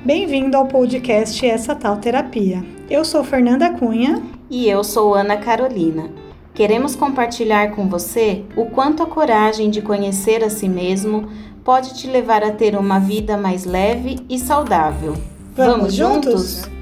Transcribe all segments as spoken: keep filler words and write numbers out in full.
Bem-vindo ao podcast Essa Tal Terapia. Eu sou Fernanda Cunha. E eu sou Ana Carolina. Queremos compartilhar com você o quanto a coragem de conhecer a si mesmo pode te levar a ter uma vida mais leve e saudável. Vamos, Vamos juntos? juntos?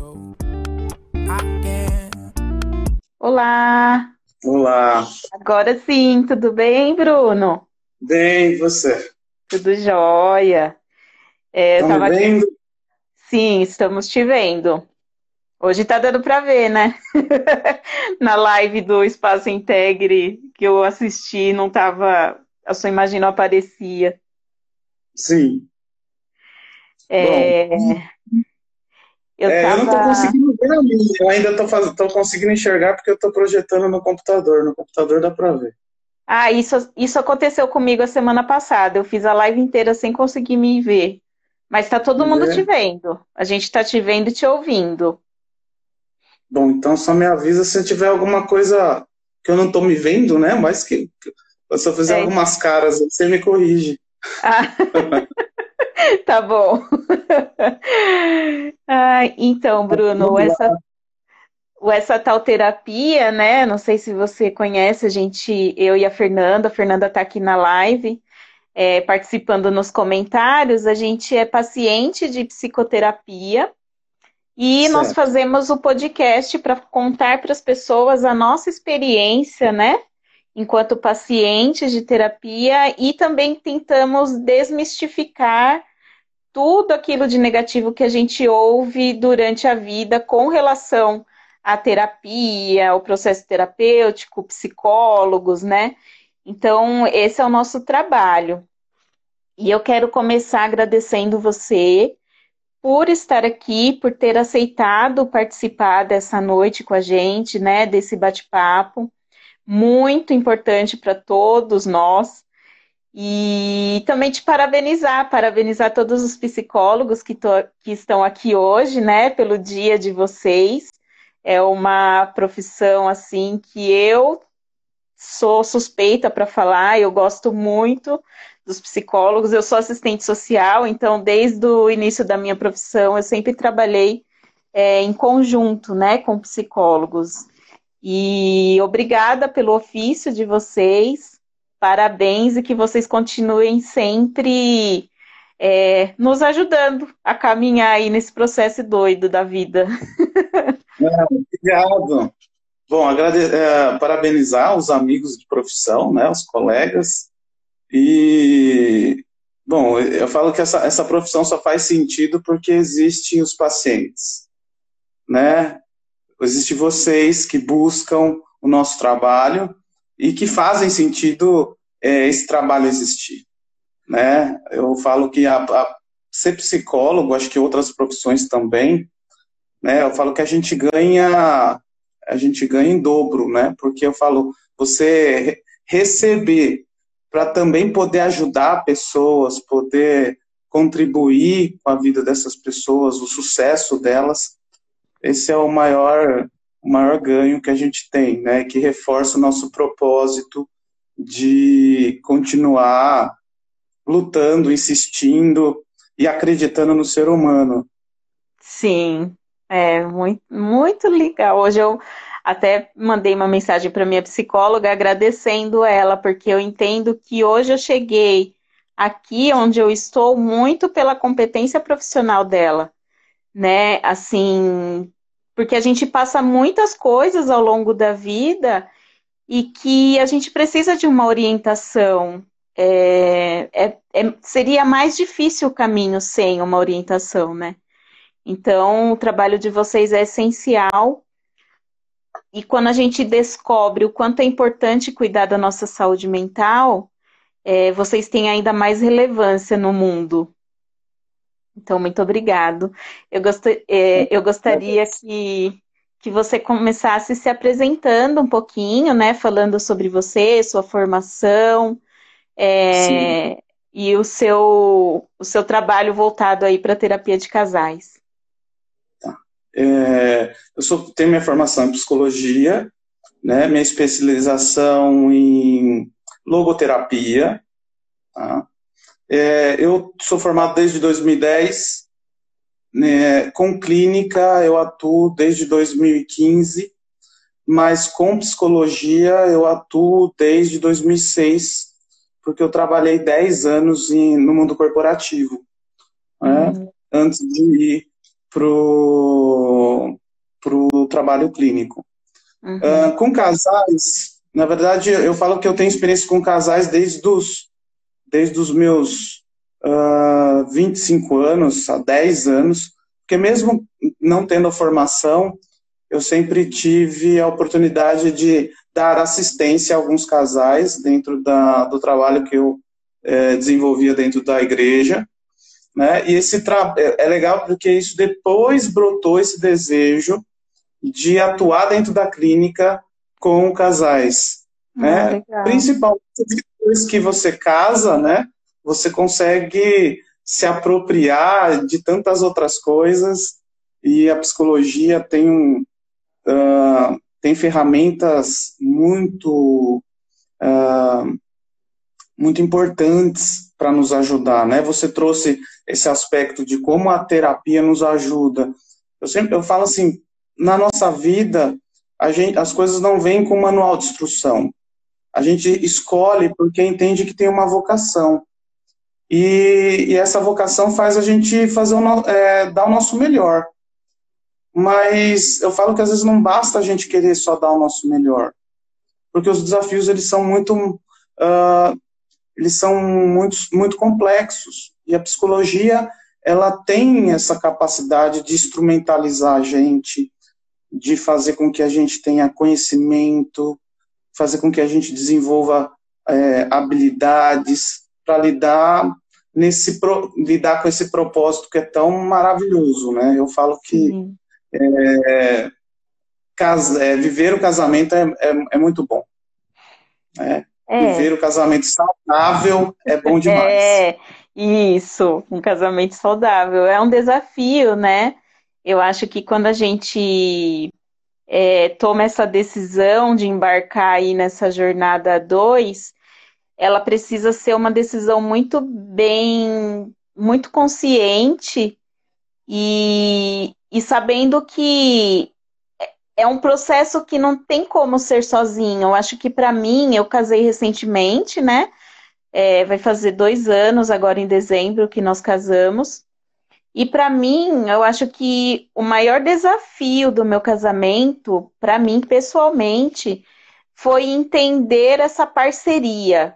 Olá! Olá! Agora sim, tudo bem, Bruno? Bem, e você? Tudo jóia. É, eu Tá me tava aqui... vendo? Sim, estamos te vendo. Hoje tá dando para ver, né? Na live do Espaço Integre que eu assisti, não tava... A sua imagem não aparecia. Sim. É... Bom, eu, é, tava... eu não tô conseguindo ver a minha. Eu ainda tô, faz... tô conseguindo enxergar porque eu tô projetando no computador. No computador dá pra ver. Ah, isso, isso aconteceu comigo a semana passada. Eu fiz a live inteira sem conseguir me ver. Mas tá todo mundo te É. vendo. A gente tá te vendo e te ouvindo. Bom, então só me avisa se tiver alguma coisa que eu não tô me vendo, né? Mas que se eu fizer É. algumas caras, você me corrige. Ah, tá bom. Ah, então, Bruno, essa, essa tal terapia, né? Não sei se você conhece, a gente, eu e a Fernanda, a Fernanda tá aqui na live, é, participando nos comentários. A gente é paciente de psicoterapia. E nós Certo. fazemos o podcast para contar para as pessoas a nossa experiência, né? Enquanto pacientes de terapia, e também tentamos desmistificar tudo aquilo de negativo que a gente ouve durante a vida com relação à terapia, ao processo terapêutico, psicólogos, né? Então, esse é o nosso trabalho. E eu quero começar agradecendo você por estar aqui, por ter aceitado participar dessa noite com a gente, né, desse bate-papo, muito importante para todos nós, e também te parabenizar, parabenizar todos os psicólogos que, to, que estão aqui hoje, né, pelo dia de vocês. É uma profissão, assim, que eu sou suspeita para falar, eu gosto muito dos psicólogos, eu sou assistente social, então desde o início da minha profissão eu sempre trabalhei é, em conjunto, né, com psicólogos. E obrigada pelo ofício de vocês, parabéns e que vocês continuem sempre é, nos ajudando a caminhar aí nesse processo doido da vida. É, obrigado. Bom, agrade... é, parabenizar os amigos de profissão, né, os colegas. E, bom, eu falo que essa, essa profissão só faz sentido porque existem os pacientes, né? Existem vocês que buscam o nosso trabalho e que fazem sentido é, esse trabalho existir, né? Eu falo que a, a, ser psicólogo, acho que outras profissões também, né? Eu falo que a gente ganha, a gente ganha em dobro, né? Porque eu falo, você receber para também poder ajudar pessoas, poder contribuir com a vida dessas pessoas, o sucesso delas, esse é o maior, o maior ganho que a gente tem, né? Que reforça o nosso propósito de continuar lutando, insistindo e acreditando no ser humano. Sim, é muito, muito legal. Hoje eu até mandei uma mensagem para minha psicóloga agradecendo ela, porque eu entendo que hoje eu cheguei aqui onde eu estou muito pela competência profissional dela, né? Assim, porque a gente passa muitas coisas ao longo da vida e que a gente precisa de uma orientação. É, é, é, seria mais difícil o caminho sem uma orientação, né? Então, o trabalho de vocês é essencial. E quando a gente descobre o quanto é importante cuidar da nossa saúde mental, é, vocês têm ainda mais relevância no mundo. Então, muito obrigado. Eu, gost, é, eu gostaria que, que você começasse se apresentando um pouquinho, né? Falando sobre você, sua formação, é, e o seu, o seu trabalho voltado aí para a terapia de casais. É, eu sou, tenho minha formação em psicologia, né, minha especialização em logoterapia. Tá? É, eu sou formado desde dois mil e dez, né, com clínica eu atuo desde dois mil e quinze, mas com psicologia eu atuo desde dois mil e seis, porque eu trabalhei dez anos em, no mundo corporativo, né, Uhum. antes de ir para o trabalho clínico. Uhum. Uh, com casais, na verdade, eu falo que eu tenho experiência com casais desde os, desde os meus uh, vinte e cinco anos, a dez anos, porque mesmo não tendo a formação, eu sempre tive a oportunidade de dar assistência a alguns casais dentro da, do trabalho que eu eh, desenvolvia dentro da igreja, né? E esse tra... é legal porque isso depois brotou esse desejo de atuar dentro da clínica com casais, Ah, né? legal. Principalmente depois que você casa, né? Você consegue se apropriar de tantas outras coisas e a psicologia tem um, uh, tem ferramentas muito uh, muito importantes para nos ajudar, né? Você trouxe esse aspecto de como a terapia nos ajuda. Eu sempre eu falo assim, na nossa vida, a gente, as coisas não vêm com manual de instrução. A gente escolhe porque entende que tem uma vocação. E, e essa vocação faz a gente fazer o, é, dar o nosso melhor. Mas eu falo que às vezes não basta a gente querer só dar o nosso melhor. Porque os desafios, eles são muito... Uh, eles são muito, muito complexos. E a psicologia, ela tem essa capacidade de instrumentalizar a gente, de fazer com que a gente tenha conhecimento, fazer com que a gente desenvolva é, habilidades para lidar, nesse, lidar com esse propósito que é tão maravilhoso, né? Eu falo que é, casa, é, viver o casamento é, é, é muito bom, né? É. Viver o casamento saudável é bom demais. É, isso, um casamento saudável. É um desafio, né? Eu acho que quando a gente é, toma essa decisão de embarcar aí nessa jornada dois, ela precisa ser uma decisão muito bem, muito consciente e, e sabendo que é um processo que não tem como ser sozinho. Eu acho que para mim, eu casei recentemente, né? É, vai fazer dois anos agora em dezembro que nós casamos. E para mim, eu acho que o maior desafio do meu casamento, para mim pessoalmente, foi entender essa parceria,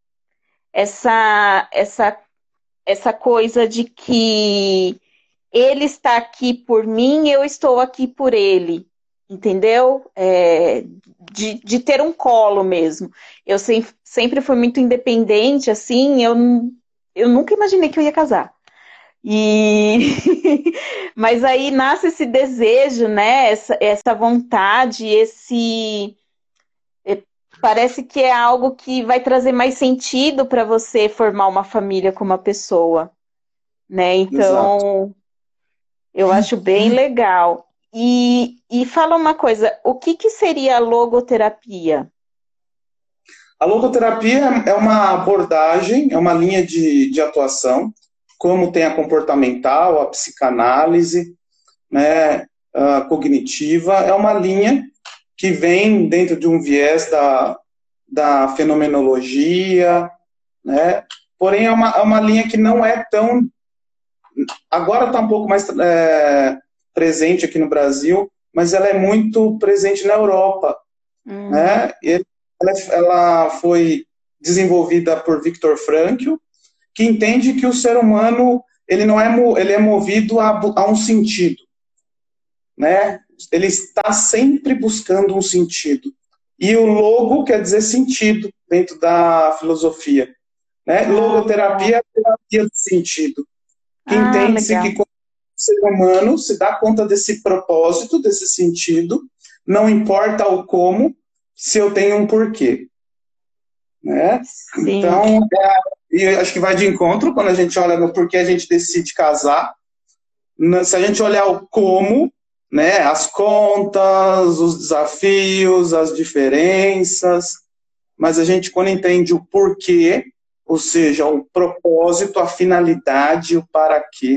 essa, essa, essa coisa de que ele está aqui por mim, eu estou aqui por ele, entendeu? É, de, de ter um colo mesmo. Eu sempre, sempre fui muito independente, assim, eu, eu nunca imaginei que eu ia casar. E mas aí nasce esse desejo, né? Essa, essa vontade, esse parece que é algo que vai trazer mais sentido para você formar uma família com uma pessoa, né? Então, exato, eu acho bem legal. E, e fala uma coisa, o que, que seria a logoterapia? A logoterapia é uma abordagem, é uma linha de, de atuação, como tem a comportamental, a psicanálise, né, a cognitiva, é uma linha que vem dentro de um viés da, da fenomenologia, né, porém é uma, é uma linha que não é tão... Agora está um pouco mais é, presente aqui no Brasil, mas ela é muito presente na Europa, hum. né, e ela, ela foi desenvolvida por Viktor Frankl, que entende que o ser humano ele não é, ele é movido a, a um sentido, né? Ele está sempre buscando um sentido. E o logo quer dizer sentido dentro da filosofia, né? Ah, logoterapia é terapia do sentido. Que ah, entende-se que quando o ser humano se dá conta desse propósito, desse sentido, não importa o como, se eu tenho um porquê, né? Sim. Então, é, e acho que vai de encontro quando a gente olha no porquê a gente decide casar. Se a gente olhar o como, né, as contas, os desafios, as diferenças, mas a gente quando entende o porquê, ou seja, o propósito, a finalidade, o para quê,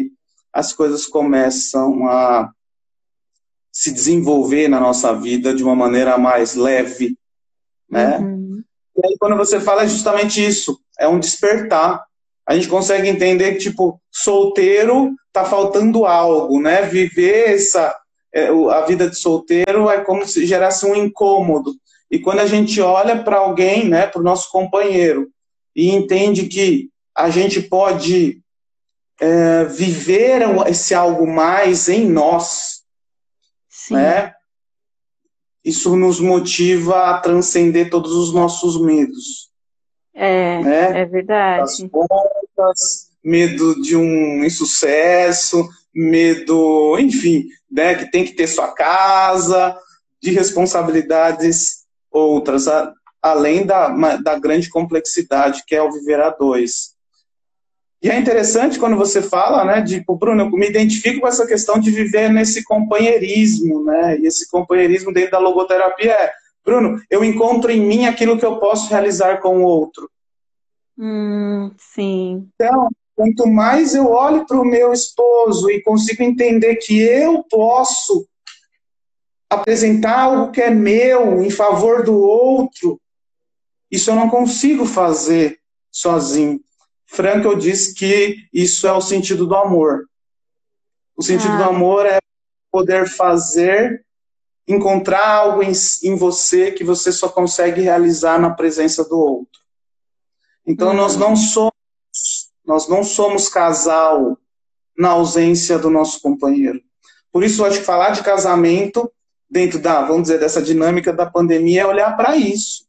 as coisas começam a se desenvolver na nossa vida de uma maneira mais leve, né? Uhum. E aí, quando você fala, é justamente isso, é um despertar. A gente consegue entender que, tipo, solteiro tá faltando algo, né? Viver essa, é, o- a vida de solteiro é como se gerasse um incômodo. E quando a gente olha para alguém, né, para o nosso companheiro, e entende que a gente pode é, viver esse algo mais em nós, Sim, né? Isso nos motiva a transcender todos os nossos medos, é, né? é Das verdade. contas, medo de um insucesso, medo, enfim, né, que tem que ter sua casa, de responsabilidades outras, a- além da, ma- da grande complexidade que é o viver a dois. E é interessante quando você fala, né, de, pô, Bruno, eu me identifico com essa questão de viver nesse companheirismo, né, e esse companheirismo dentro da logoterapia é, Bruno, eu encontro em mim aquilo que eu posso realizar com o outro. Hum, sim, Então, quanto mais eu olho para o meu esposo e consigo entender que eu posso apresentar algo que é meu em favor do outro, isso eu não consigo fazer sozinho. Frankl diz que isso é o sentido do amor. O sentido do ah, amor é poder fazer, encontrar algo em, em você que você só consegue realizar na presença do outro. Então, nós não hum, somos, nós não somos casal na ausência do nosso companheiro. Por isso, eu acho que falar de casamento, dentro da, vamos dizer, dessa dinâmica da pandemia, é olhar para isso.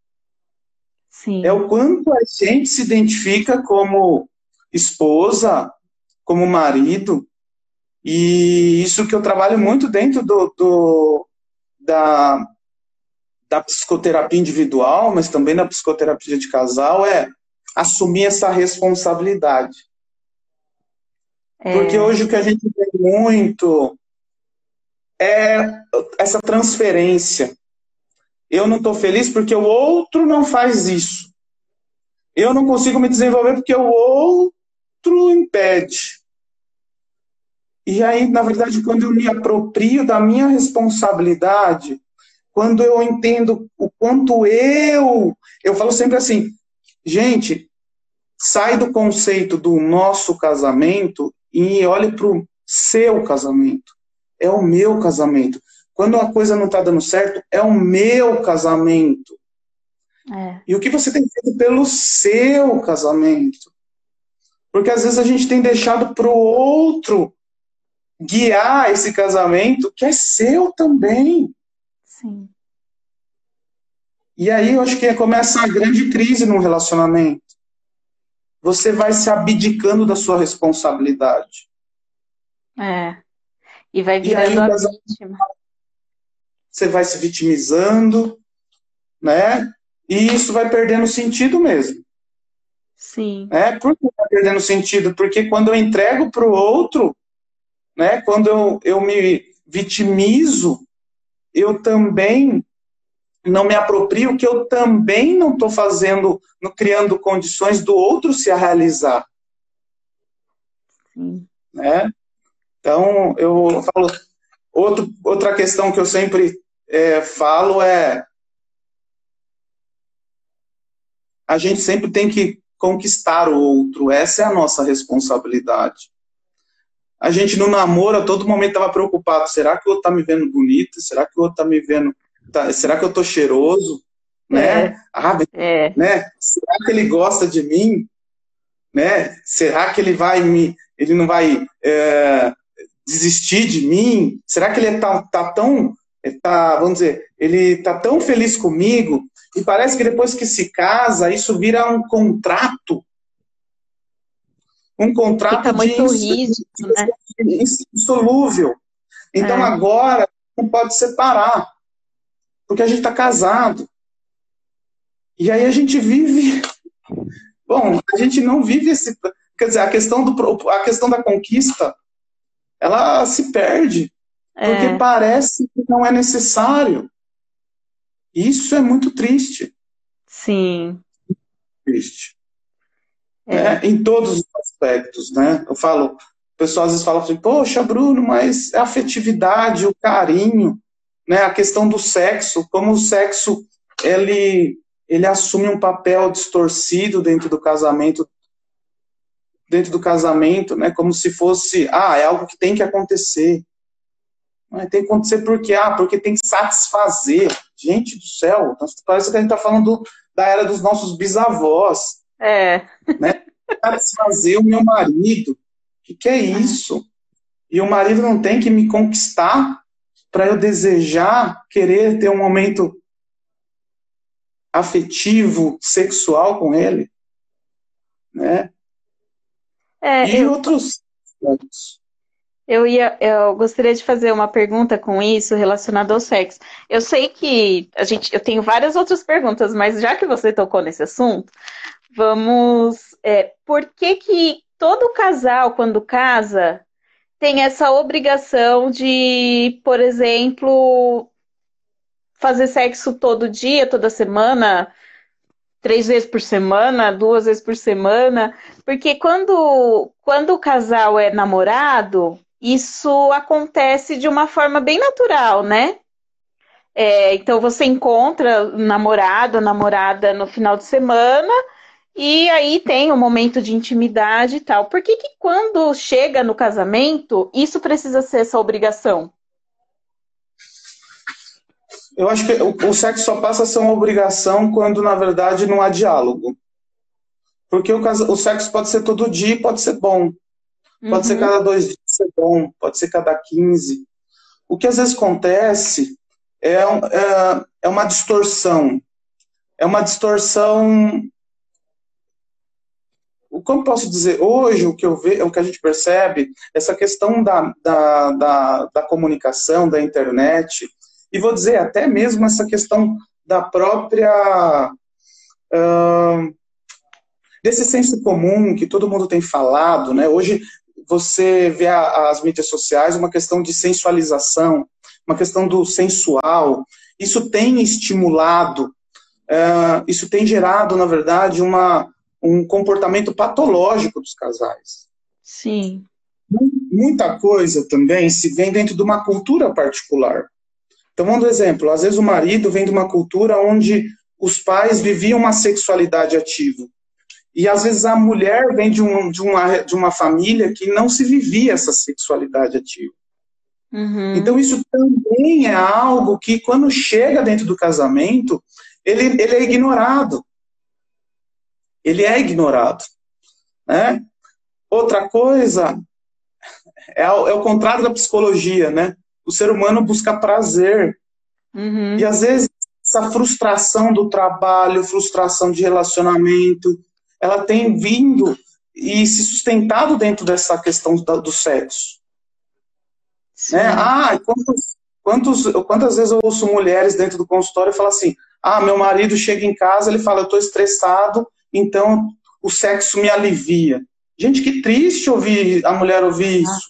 É sim, o quanto a gente se identifica como esposa, como marido, e isso que eu trabalho muito dentro do, do da, da psicoterapia individual, mas também da psicoterapia de casal, é assumir essa responsabilidade. Porque é, hoje o que a gente vê muito é essa transferência. Eu não estou feliz porque o outro não faz isso. Eu não consigo me desenvolver porque o outro impede. E aí, na verdade, quando eu me aproprio da minha responsabilidade, quando eu entendo o quanto eu. Eu falo sempre assim, gente, sai do conceito do nosso casamento e olhe para o seu casamento. É o meu casamento. Quando a coisa não está dando certo, é o meu casamento. é, E o que você tem feito pelo seu casamento? Porque às vezes a gente tem deixado para o outro guiar esse casamento que é seu também. sim, E aí eu acho que começa a grande crise no relacionamento. Você vai se abdicando da sua responsabilidade. é. E vai E aí virando o a casamento, vítima. você vai se vitimizando, né? E isso vai perdendo sentido mesmo. Sim, Né? Por que vai perdendo sentido? Porque quando eu entrego para o outro, né? Quando eu, eu me vitimizo, eu também não me aproprio, que eu também não estou fazendo, no, criando condições do outro se realizar. sim, Né? Então, eu falo, outro, outra questão que eu sempre é, falo é a gente sempre tem que conquistar o outro, essa é a nossa responsabilidade. A gente no namoro, a todo momento estava preocupado, será que o outro está me vendo bonita? Será que o outro está me vendo, tá, será que eu estou cheiroso? Né? é, Ah, é, né? Será que ele gosta de mim? Né? Será que ele vai me, ele não vai é, desistir de mim? Será que ele tá, tá tão, tá, vamos dizer, ele tá tão feliz comigo? E parece que depois que se casa, isso vira um contrato, um contrato fica de muito rígido, né? insolúvel. Então É, agora não pode separar, porque a gente está casado. E aí a gente vive. Bom, a gente não vive esse. Quer dizer, a questão, do, a questão da conquista, ela se perde, porque é, parece que não é necessário. Isso é muito triste. sim, Triste. Né? é, Em todos os aspectos. Né? Eu falo, pessoal às vezes fala assim, poxa, Bruno, mas a afetividade, o carinho, né, a questão do sexo, como o sexo, ele, ele assume um papel distorcido dentro do casamento, dentro do casamento, né, como se fosse, ah, é algo que tem que acontecer. Mas tem que acontecer por quê? Ah, porque tem que satisfazer. Gente do céu, parece que a gente está falando do, da era dos nossos bisavós. É. Né? Satisfazer o meu marido. O que, que é isso? E o marido não tem que me conquistar para eu desejar, querer ter um momento afetivo, sexual com ele, né? É, e eu, outros pontos. eu ia, eu gostaria de fazer uma pergunta com isso relacionada ao sexo. Eu sei que a gente, eu tenho várias outras perguntas, mas já que você tocou nesse assunto, vamos, é, por que que todo casal, quando casa, tem essa obrigação de, por exemplo, fazer sexo todo dia, toda semana, três vezes por semana, duas vezes por semana? Porque quando, quando o casal é namorado, isso acontece de uma forma bem natural, né? É, então você encontra o namorado, a namorada no final de semana, e aí tem um momento de intimidade e tal. Por que que quando chega no casamento, isso precisa ser essa obrigação? Eu acho que o, o sexo só passa a ser uma obrigação quando, na verdade, não há diálogo. Porque o, casa- o sexo pode ser todo dia, pode ser bom. Pode ser Uhum, cada dois dias ser bom, pode ser cada quinze. O que às vezes acontece é, um- é, é uma distorção. É uma distorção. Como posso dizer? Hoje, o que eu vejo, o que a gente percebe, essa questão da, da, da, da comunicação, da internet, e vou dizer até mesmo essa questão da própria. ah, desse senso comum que todo mundo tem falado, né? Hoje você vê a, as mídias sociais uma questão de sensualização, uma questão do sensual. Isso tem estimulado, é, isso tem gerado, na verdade, uma, um comportamento patológico dos casais. sim. Muita coisa também se vem dentro de uma cultura particular. Então, vamos dar um exemplo. Às vezes o marido vem de uma cultura onde os pais viviam uma sexualidade ativa. E às vezes a mulher vem de, um, de, uma, de uma família que não se vivia essa sexualidade ativa. Uhum, Então isso também é algo que quando chega dentro do casamento, ele, ele é ignorado. Ele é ignorado. Né? Outra coisa é, é o contrário da psicologia, né? O ser humano busca prazer. E uhum, às vezes essa frustração do trabalho, frustração de relacionamento, ela tem vindo e se sustentado dentro dessa questão do, do sexo. Né? sim. Ah, quantos, quantos, quantas vezes eu ouço mulheres dentro do consultório falar assim, ah, meu marido chega em casa, ele fala, eu estou estressado, então o sexo me alivia. Gente, que triste ouvir a mulher ouvir isso.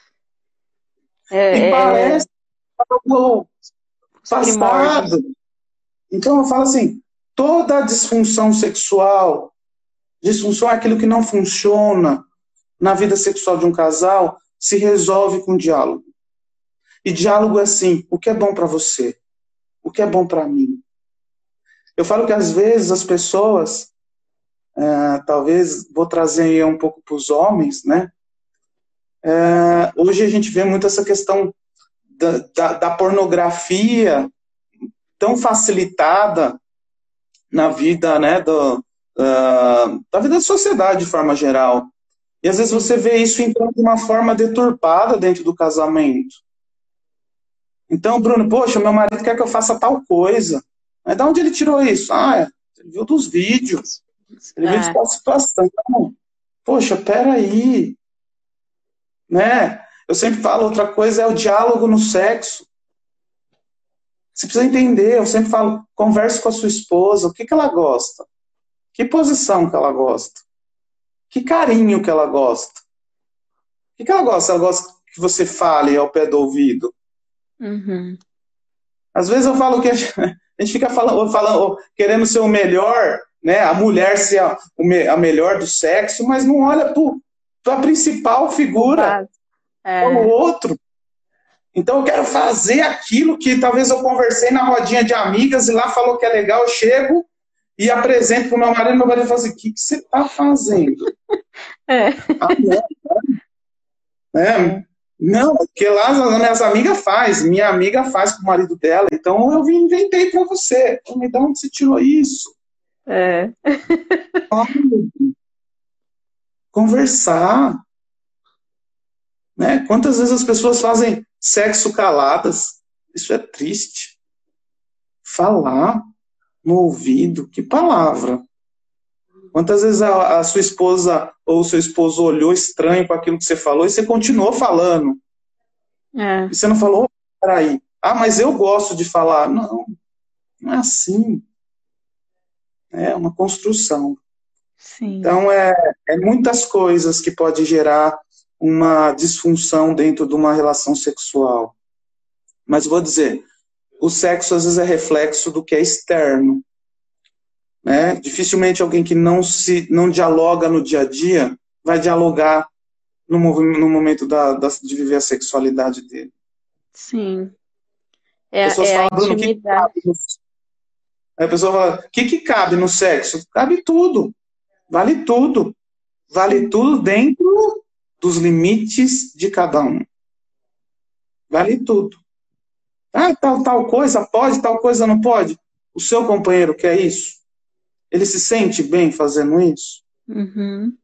É, E é, é, parece algo os primórdios. passado. Então eu falo assim, toda disfunção sexual, disfunção é aquilo que não funciona na vida sexual de um casal, se resolve com diálogo. E diálogo é assim, o que é bom para você? O que é bom para mim? Eu falo que às vezes as pessoas, é, talvez vou trazer aí um pouco para os homens, né? É, hoje a gente vê muito essa questão da, da, da pornografia tão facilitada na vida, né, do, uh, da vida da sociedade de forma geral. E às vezes Sim. você vê isso então de uma forma deturpada dentro do casamento. Então, Bruno, poxa, meu marido quer que eu faça tal coisa. Mas de onde ele tirou isso? Ah, é, ele viu dos vídeos. Ele viu de É, tal situação. Poxa, peraí. Né? Eu sempre falo, outra coisa é o diálogo no sexo. Você precisa entender, eu sempre falo, converse com a sua esposa, o que, que ela gosta? Que posição que ela gosta? Que carinho que ela gosta? O que, que ela gosta? Ela gosta que você fale ao pé do ouvido? uhum, Às vezes eu falo que a gente fica falando, falando querendo ser o melhor, né? A mulher ser a, a melhor do sexo, mas não olha pro, tua principal figura é o outro. Então eu quero fazer aquilo que talvez eu conversei na rodinha de amigas e lá falou que é legal, eu chego e apresento para o meu marido, meu marido fala assim, o que, que você está fazendo? É. Ah, não, é. É. Não, porque lá as minhas amigas faz, minha amiga faz com o marido dela, então eu inventei para você. Me dá onde você tirou isso? É. Conversar. Né? Quantas vezes as pessoas fazem sexo caladas? Isso é triste. Falar no ouvido, que palavra. Quantas vezes a, a sua esposa ou o seu esposo olhou estranho com aquilo que você falou e você continuou falando? É. E você não falou, peraí, ah, mas eu gosto de falar. Não, não é assim. É uma construção. Sim. Então, é, é muitas coisas que pode gerar uma disfunção dentro de uma relação sexual. Mas vou dizer, o sexo às vezes é reflexo do que é externo. Né? Dificilmente alguém que não, se, não dialoga no dia a dia vai dialogar no, no momento da, da, de viver a sexualidade dele. Sim. É, Pessoas é falam, a Bruno, o que cabe no... Aí a pessoa fala, o que, que cabe no sexo? Cabe tudo. Vale tudo. Vale tudo dentro dos limites de cada um. Vale tudo. Ah, tal, tal coisa pode, tal coisa não pode. O seu companheiro quer isso? Ele se sente bem fazendo isso? Uhum.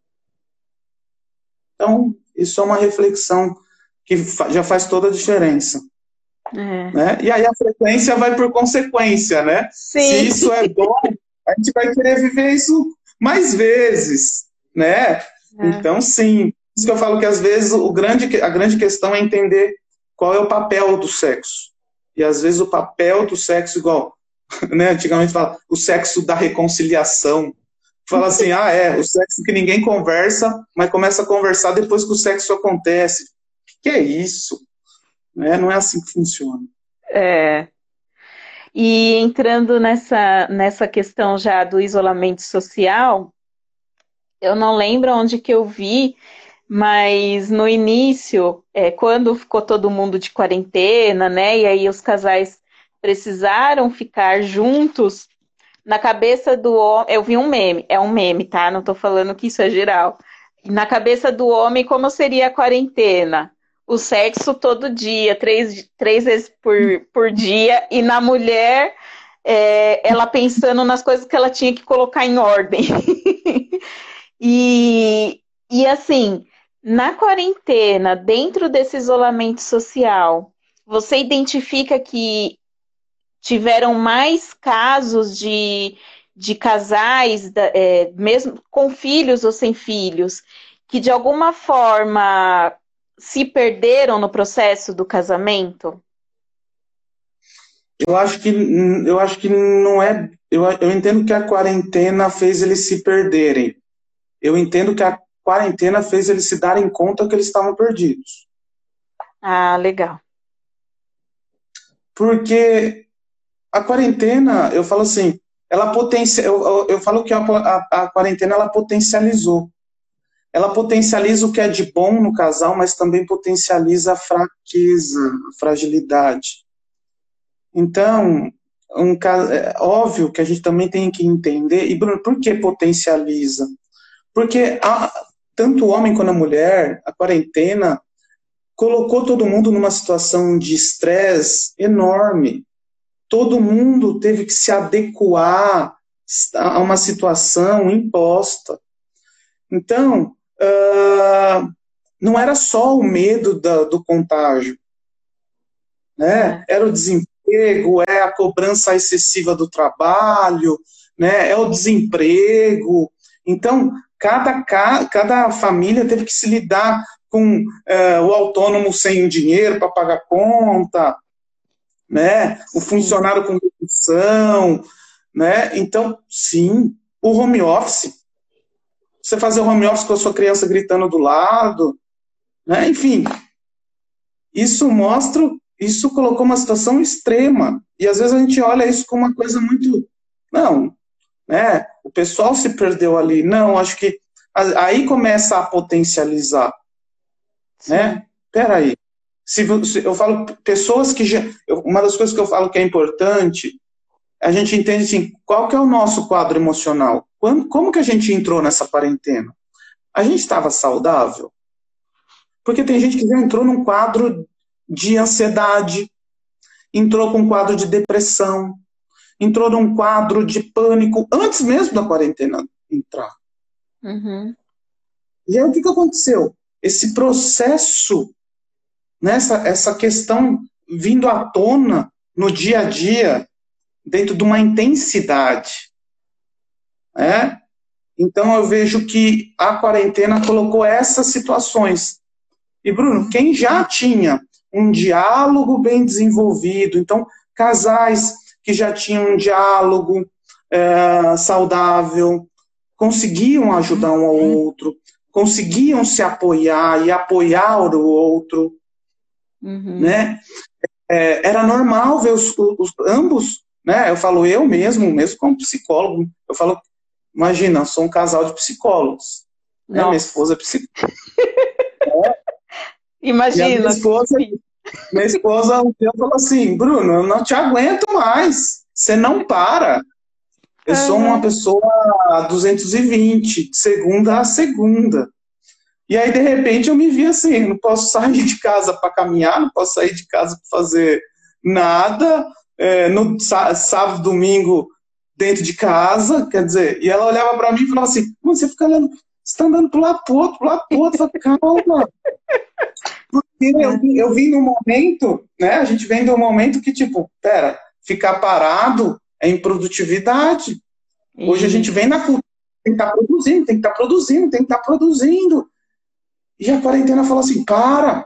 Então, isso é uma reflexão que já faz toda a diferença. É. Né? E aí a frequência vai por consequência, né? Sim. Se isso é bom, a gente vai querer viver isso mais vezes, né? É. Então, sim. Por isso que eu falo que às vezes o grande, a grande questão é entender qual é o papel do sexo. E às vezes o papel do sexo, igual, né? Antigamente fala, o sexo da reconciliação. Fala assim, ah, é, o sexo que ninguém conversa, mas começa a conversar depois que o sexo acontece. O que é isso? Né? Não é assim que funciona. É. E entrando nessa, nessa questão já do isolamento social, eu não lembro onde que eu vi, mas no início, é, quando ficou todo mundo de quarentena, né, e aí os casais precisaram ficar juntos, na cabeça do homem, eu vi um meme, é um meme, tá? Não tô falando que isso é geral. Na cabeça do homem, como seria a quarentena? O sexo todo dia, três, três vezes por, por dia, e na mulher, é, ela pensando nas coisas que ela tinha que colocar em ordem. e, e assim, na quarentena, dentro desse isolamento social, você identifica que tiveram mais casos de, de casais, é, mesmo com filhos ou sem filhos, que de alguma forma se perderam no processo do casamento? Eu acho que, eu acho que não é... Eu, eu entendo que a quarentena fez eles se perderem. Eu entendo que a quarentena fez eles se darem conta que eles estavam perdidos. Ah, legal. Porque a quarentena, eu falo assim, ela potencia, eu, eu, eu falo que a, a, a quarentena ela potencializou. Ela potencializa o que é de bom no casal, mas também potencializa a fraqueza, a fragilidade. Então, um, é óbvio que a gente também tem que entender, e Bruno, por que potencializa? Porque a, tanto o homem quanto a mulher, a quarentena colocou todo mundo numa situação de estresse enorme. Todo mundo teve que se adequar a uma situação imposta. Então, uh, não era só o medo da, do contágio, né? Era o desemprego, é a cobrança excessiva do trabalho, né? É o desemprego. Então, cada, cada família teve que se lidar com uh, o autônomo sem dinheiro para pagar conta, né? O funcionário com demissão, né? Então, sim, o home office. Você fazer o home office com a sua criança gritando do lado, né? Enfim, isso mostra, isso colocou uma situação extrema. E às vezes a gente olha isso como uma coisa muito... Não, né? O pessoal se perdeu ali. Não, acho que aí começa a potencializar, Sim. né? Peraí, se, se eu falo pessoas que já, uma das coisas que eu falo que é importante, a gente entende assim, qual que é o nosso quadro emocional? Quando, como que a gente entrou nessa quarentena? A gente estava saudável? Porque tem gente que já entrou num quadro de ansiedade, entrou com um quadro de depressão, entrou num quadro de pânico antes mesmo da quarentena entrar. Uhum. E aí o que, que aconteceu? Esse processo, né, essa, essa questão vindo à tona no dia a dia, dentro de uma intensidade. Né? Então eu vejo que a quarentena colocou essas situações. E Bruno, quem já tinha um diálogo bem desenvolvido, então casais que já tinham um diálogo é, saudável, conseguiam ajudar um ao outro, conseguiam se apoiar e apoiar o outro, Uhum. né? É, era normal ver os, os, ambos, né? Eu falo eu mesmo, mesmo como psicólogo, eu falo, imagina, eu sou um casal de psicólogos, né? Minha esposa é psicóloga. Imagina. E a minha esposa, minha esposa um dia falou assim, Bruno, eu não te aguento mais, você não para. Eu sou uma pessoa a duzentos e vinte, de segunda a segunda. E aí, de repente, eu me vi assim, não posso sair de casa para caminhar, não posso sair de casa para fazer nada, é, no sábado, domingo, dentro de casa, quer dizer, e ela olhava para mim e falava assim, você fica olhando, você está andando para o lado para o outro, para o lado para o outro, eu falei, calma. Porque eu, eu vim num momento, né, a gente vem de um momento que, tipo, pera, ficar parado é improdutividade. Hoje a gente vem na cultura, tem que estar produzindo, tem que estar produzindo, tem que estar produzindo. E a quarentena falou assim, para.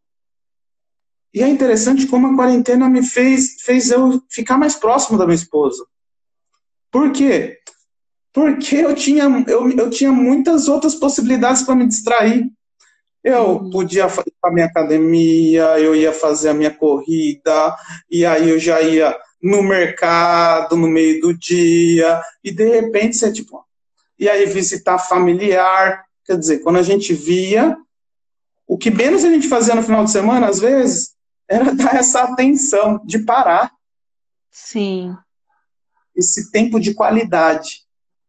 E é interessante como a quarentena me fez, fez eu ficar mais próximo da minha esposa. Por quê? Porque eu tinha, eu, eu tinha muitas outras possibilidades para me distrair. Eu podia fazer a minha academia, eu ia fazer a minha corrida, e aí eu já ia no mercado no meio do dia, e de repente você, tipo, e aí visitar familiar. Quer dizer, quando a gente via, o que menos a gente fazia no final de semana, às vezes, era dar essa atenção, de parar. Sim. Esse tempo de qualidade.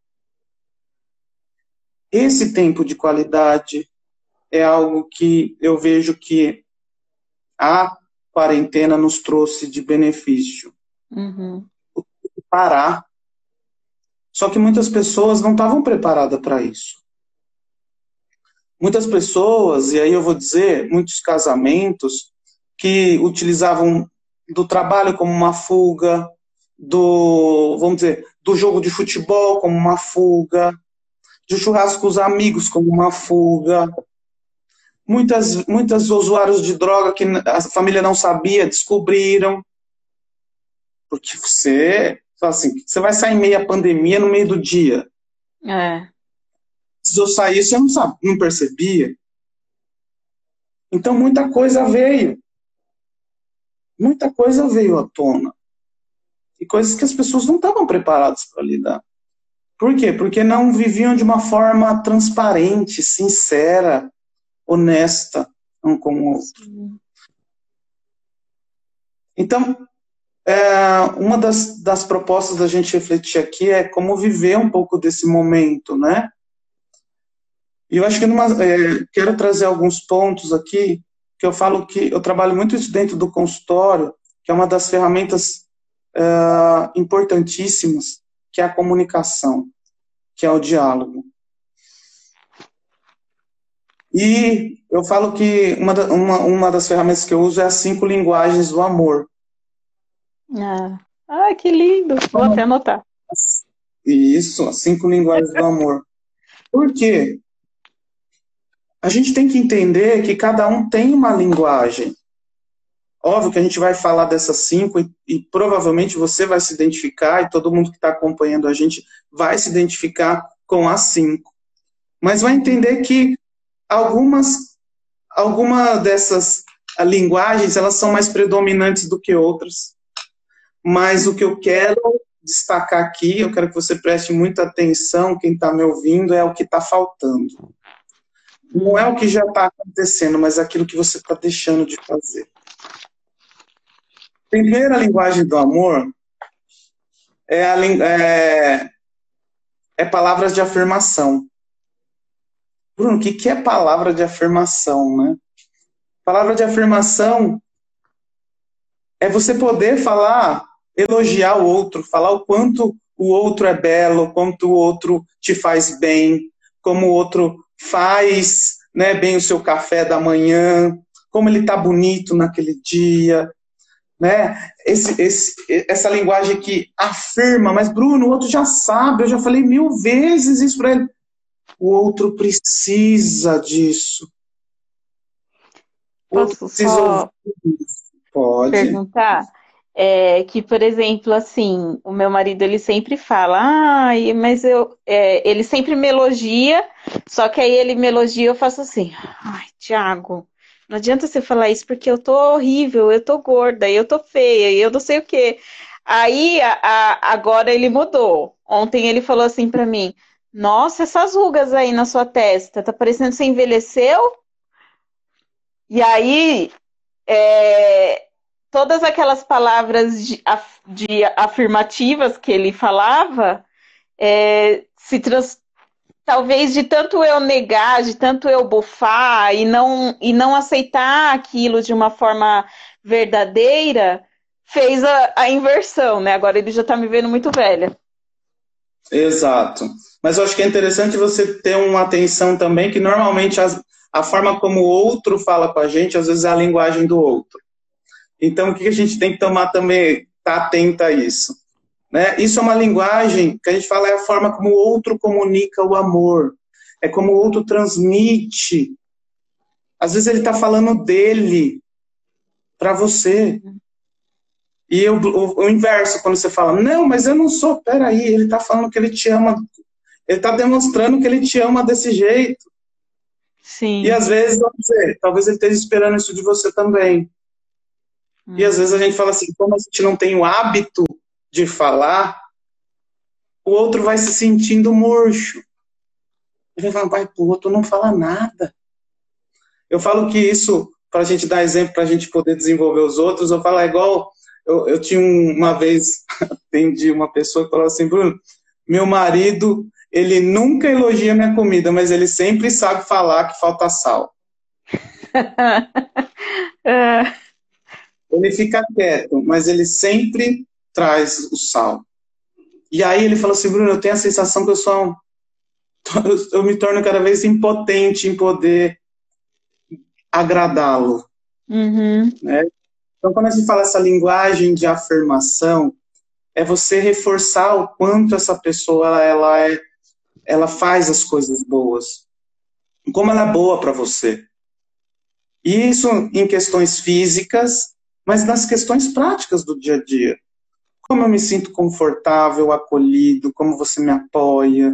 Esse tempo de qualidade é algo que eu vejo que a quarentena nos trouxe de benefício. Uhum. Parar. Só que muitas pessoas não estavam preparadas para isso. Muitas pessoas, e aí eu vou dizer, muitos casamentos, que utilizavam do trabalho como uma fuga, do, vamos dizer, do jogo de futebol como uma fuga, do churrasco com os amigos como uma fuga. Muitas, muitas usuários de droga que a família não sabia, descobriram. Porque você, assim, você vai sair em meio à pandemia no meio do dia. É. Se eu sair, você não sabe, não percebia. Então muita coisa veio. Muita coisa veio à tona. E coisas que as pessoas não estavam preparadas para lidar. Por quê? Porque não viviam de uma forma transparente, sincera, honesta um com o outro. Sim. Então, é, uma das, das propostas da gente refletir aqui é como viver um pouco desse momento, né? E eu acho que numa, é, quero trazer alguns pontos aqui, que eu falo que eu trabalho muito isso dentro do consultório, que é uma das ferramentas é, importantíssimas, que é a comunicação, que é o diálogo. E eu falo que uma, da, uma, uma das ferramentas que eu uso é as cinco linguagens do amor. Ah, ah que lindo! Vou até anotar. Isso, as cinco linguagens do amor. Por quê? A gente tem que entender que cada um tem uma linguagem. Óbvio que a gente vai falar dessas cinco e, e provavelmente você vai se identificar e todo mundo que está acompanhando a gente vai se identificar com as cinco. Mas vai entender que algumas, alguma dessas linguagens elas são mais predominantes do que outras. Mas o que eu quero destacar aqui, eu quero que você preste muita atenção, quem está me ouvindo, é o que está faltando. Não é o que já está acontecendo, mas aquilo que você está deixando de fazer. Primeira linguagem do amor é, a, é, é palavras de afirmação. Bruno, o que, que é palavra de afirmação, né? Palavra de afirmação é você poder falar, elogiar o outro, falar o quanto o outro é belo, o quanto o outro te faz bem, como o outro faz, né, bem o seu café da manhã, como ele está bonito naquele dia, né? Esse, esse, essa linguagem que afirma, mas Bruno, o outro já sabe, eu já falei mil vezes isso para ele. O outro precisa disso. O outro Posso precisa só ouvir isso. Pode. perguntar? É, que, por exemplo, assim, o meu marido, ele sempre fala, ai, mas eu, é, ele sempre me elogia, só que aí ele me elogia, eu faço assim, ai, Thiago, não adianta você falar isso porque eu tô horrível, eu tô gorda, eu tô feia, eu não sei o quê. Aí, a, a- agora ele mudou. Ontem ele falou assim pra mim, nossa, essas rugas aí na sua testa, tá parecendo que você envelheceu? E aí, é, todas aquelas palavras de, af- de afirmativas que ele falava, é, se trans, talvez de tanto eu negar, de tanto eu bufar e não, e não aceitar aquilo de uma forma verdadeira, fez a, a inversão, né? Agora ele já tá me vendo muito velha. Exato. Mas eu acho que é interessante você ter uma atenção também, que normalmente as, a forma como o outro fala com a gente, às vezes é a linguagem do outro. Então, o que a gente tem que tomar também, estar tá atento a isso. Né? Isso é uma linguagem que a gente fala, é a forma como o outro comunica o amor. É como o outro transmite. Às vezes ele está falando dele para você. E eu, o, o inverso, quando você fala, não, mas eu não sou, peraí, ele está falando que ele te ama, ele está demonstrando que ele te ama desse jeito. Sim. E às vezes, vamos dizer, talvez ele esteja esperando isso de você também. Hum. E às vezes a gente fala assim, como a gente não tem o hábito de falar, o outro vai se sentindo murcho. Ele vai falar, pai, o outro não fala nada. Eu falo que isso, para a gente dar exemplo, para a gente poder desenvolver os outros, eu falo, é igual, eu, eu tinha uma vez, atendi uma pessoa que falou assim, Bruno, meu marido, ele nunca elogia minha comida, mas ele sempre sabe falar que falta sal. Ele fica quieto, mas ele sempre traz o sal. E aí ele falou assim, Bruno, eu tenho a sensação que eu sou, eu me torno cada vez impotente em poder agradá-lo. Uhum. Né? Então, quando a gente fala essa linguagem de afirmação, é você reforçar o quanto essa pessoa ela, é, ela faz as coisas boas. Como ela é boa para você. E isso em questões físicas, mas nas questões práticas do dia a dia. Como eu me sinto confortável, acolhido, como você me apoia.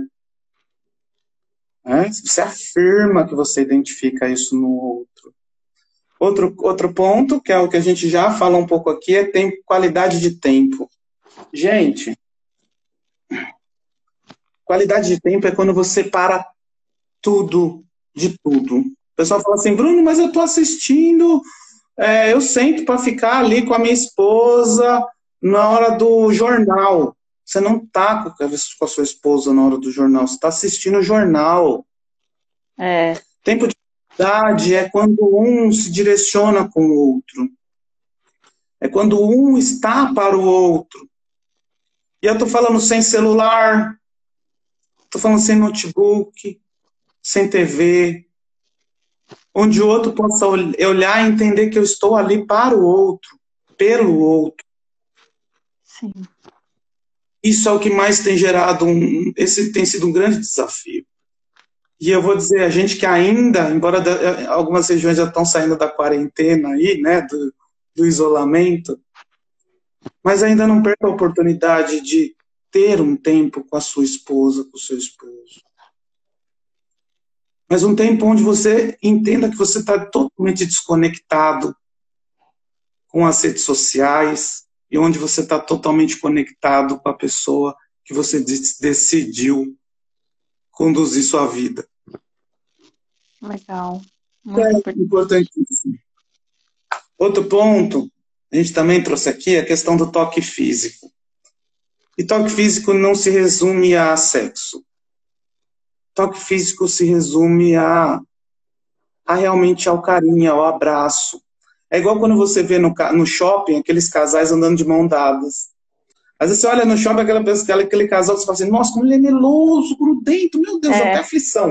Né? Você afirma que você identifica isso no outro. Outro, outro ponto, que é o que a gente já falou um pouco aqui, é tempo, qualidade de tempo. Gente, qualidade de tempo é quando você para tudo, de tudo. O pessoal fala assim, Bruno, mas eu estou assistindo, é, eu sento para ficar ali com a minha esposa na hora do jornal. Você não está com a sua esposa na hora do jornal, você está assistindo o jornal. É. Tempo de qualidade é quando um se direciona com o outro. É quando um está para o outro. E eu estou falando sem celular, estou falando sem notebook, sem T V, onde o outro possa olhar e entender que eu estou ali para o outro, pelo outro. Sim. Isso é o que mais tem gerado, um, esse tem sido um grande desafio. E eu vou dizer, a gente que ainda, embora algumas regiões já estão saindo da quarentena aí, né, do, do isolamento, mas ainda não perca a oportunidade de ter um tempo com a sua esposa, com o seu esposo. Mas um tempo onde você entenda que você está totalmente desconectado com as redes sociais e onde você está totalmente conectado com a pessoa que você decidiu conduzir sua vida. Legal. Muito É importantíssimo. Outro ponto, a gente também trouxe aqui, a questão do toque físico. E toque físico não se resume a sexo. Toque físico se resume a, a realmente ao carinho, ao abraço. É igual quando você vê no, no shopping aqueles casais andando de mão dadas. Às vezes você olha no shopping aquela pessoa, aquele casal, você fala assim, nossa, como ele é meloso, grudento, meu Deus, É. até aflição.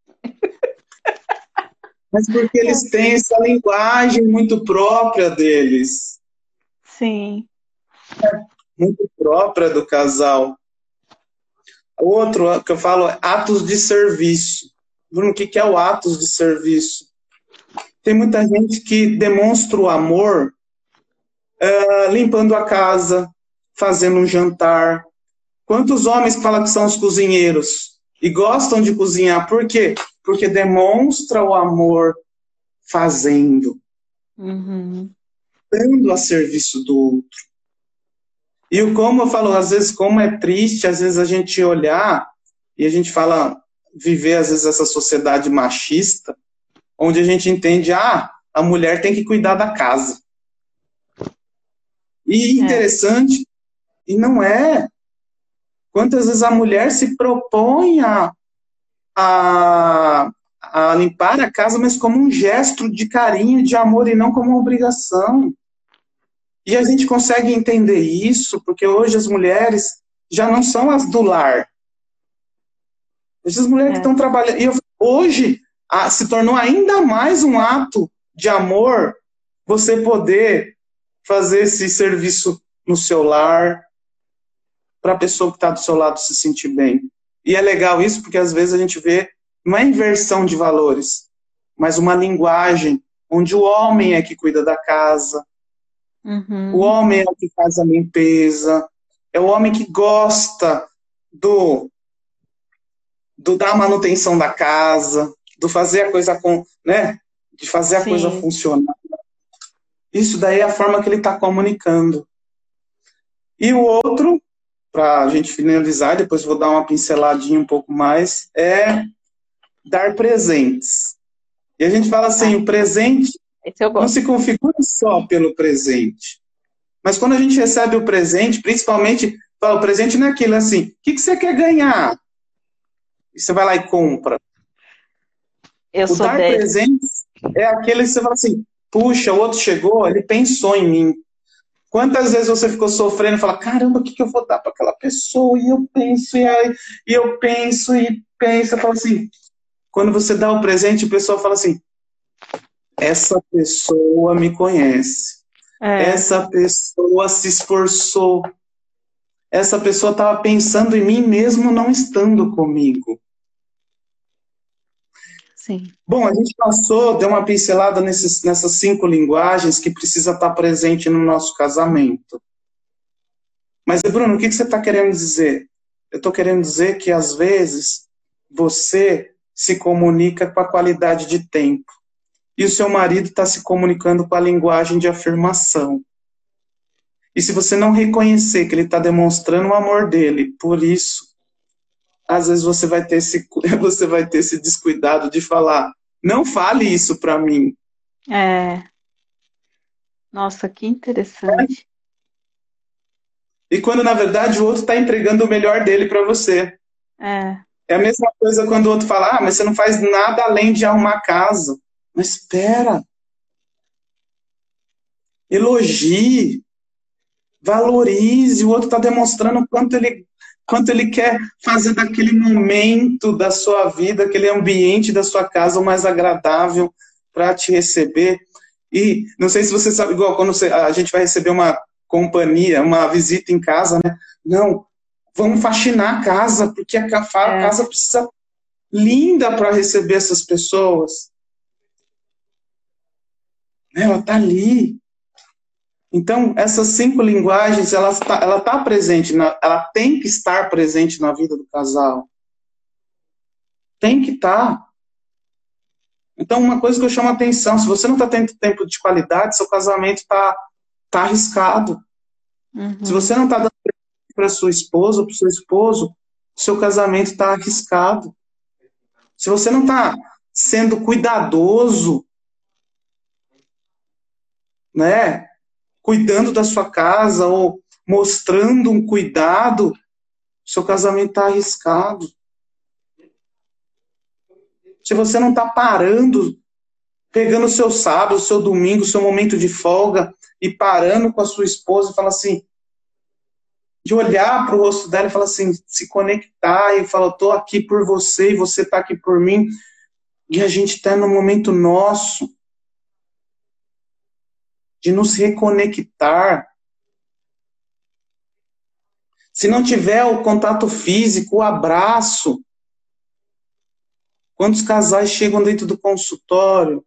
Mas porque eles têm essa linguagem muito própria deles. Sim. Muito própria do casal. Outro que eu falo é atos de serviço. Bruno, o que é o atos de serviço? Tem muita gente que demonstra o amor uh, limpando a casa, fazendo um jantar. Quantos homens falam que são os cozinheiros e gostam de cozinhar? Por quê? Porque demonstra o amor fazendo, uhum. dando a serviço do outro. E o como eu falo, às vezes, como é triste, às vezes a gente olhar e a gente fala, viver, às vezes, essa sociedade machista, onde a gente entende, ah, a mulher tem que cuidar da casa. E interessante, é. E não é. Quantas vezes a mulher se propõe a, a, a limpar a casa, mas como um gesto de carinho, de amor, e não como uma obrigação. E a gente consegue entender isso, porque hoje as mulheres já não são as do lar. Hoje as mulheres é. que estão trabalhando... E eu, hoje a, se tornou ainda mais um ato de amor você poder fazer esse serviço no seu lar, para a pessoa que está do seu lado se sentir bem. E é legal isso, porque às vezes a gente vê, não é inversão de valores, mas uma linguagem onde o homem é que cuida da casa, uhum. o homem é o que faz a limpeza, é o homem que gosta do, do da manutenção da casa, do fazer a coisa com, né, de fazer a Sim. coisa funcionar. Isso daí é a forma que ele está comunicando. E o outro, para a gente finalizar, depois vou dar uma pinceladinha um pouco mais, é dar presentes. E a gente fala assim, ah, o presente não se configura só pelo presente. Mas quando a gente recebe o presente, principalmente, fala, o presente não é aquilo assim, o que, que você quer ganhar? E você vai lá e compra. Eu o sou dar desse. presentes é aquele que você fala assim, puxa, o outro chegou, ele pensou em mim. Quantas vezes você ficou sofrendo e fala, caramba, o que, que eu vou dar para aquela pessoa? E eu penso, e, aí, e eu penso, e penso, eu falo assim, quando você dá o presente, a pessoa fala assim, essa pessoa me conhece, é. essa pessoa se esforçou, essa pessoa estava pensando em mim mesmo não estando comigo. Sim. Bom, a gente passou, deu uma pincelada nesses, nessas cinco linguagens que precisa estar presente no nosso casamento. Mas, Bruno, o que você está querendo dizer? Eu estou querendo dizer que, às vezes, você se comunica com a qualidade de tempo. E o seu marido está se comunicando com a linguagem de afirmação. E se você não reconhecer que ele está demonstrando o amor dele, por isso, às vezes você vai ter esse, você vai ter esse descuidado de falar, não fale isso para mim. É. Nossa, que interessante. É. E quando, na verdade, o outro está entregando o melhor dele para você. É. É a mesma coisa quando o outro fala, ah, mas você não faz nada além de arrumar casa. Mas espera. Elogie. Valorize. O outro está demonstrando o quanto ele, quanto ele quer fazer daquele momento da sua vida, aquele ambiente da sua casa o mais agradável para te receber. E não sei se você sabe, igual quando você, a gente vai receber uma companhia, uma visita em casa, né? Não, vamos faxinar a casa, porque a casa é. precisa linda para receber essas pessoas. Ela está ali. Então, essas cinco linguagens, ela está ela tá presente, na, ela tem que estar presente na vida do casal. Tem que estar. Tá. Então, uma coisa que eu chamo a atenção, se você não está tendo tempo de qualidade, seu casamento está tá arriscado. Se Uhum. você não está dando para sua esposa ou para o seu esposo, seu casamento está arriscado. Se você não está sendo cuidadoso, né, cuidando da sua casa ou mostrando um cuidado, seu casamento está arriscado. Se você não está parando, pegando o seu sábado, o seu domingo, o seu momento de folga e parando com a sua esposa e falar assim, de olhar para o rosto dela e falar assim, se conectar e falar, eu estou aqui por você e você está aqui por mim, e a gente está no momento nosso de nos reconectar. Se não tiver o contato físico, o abraço, quando os casais chegam dentro do consultório,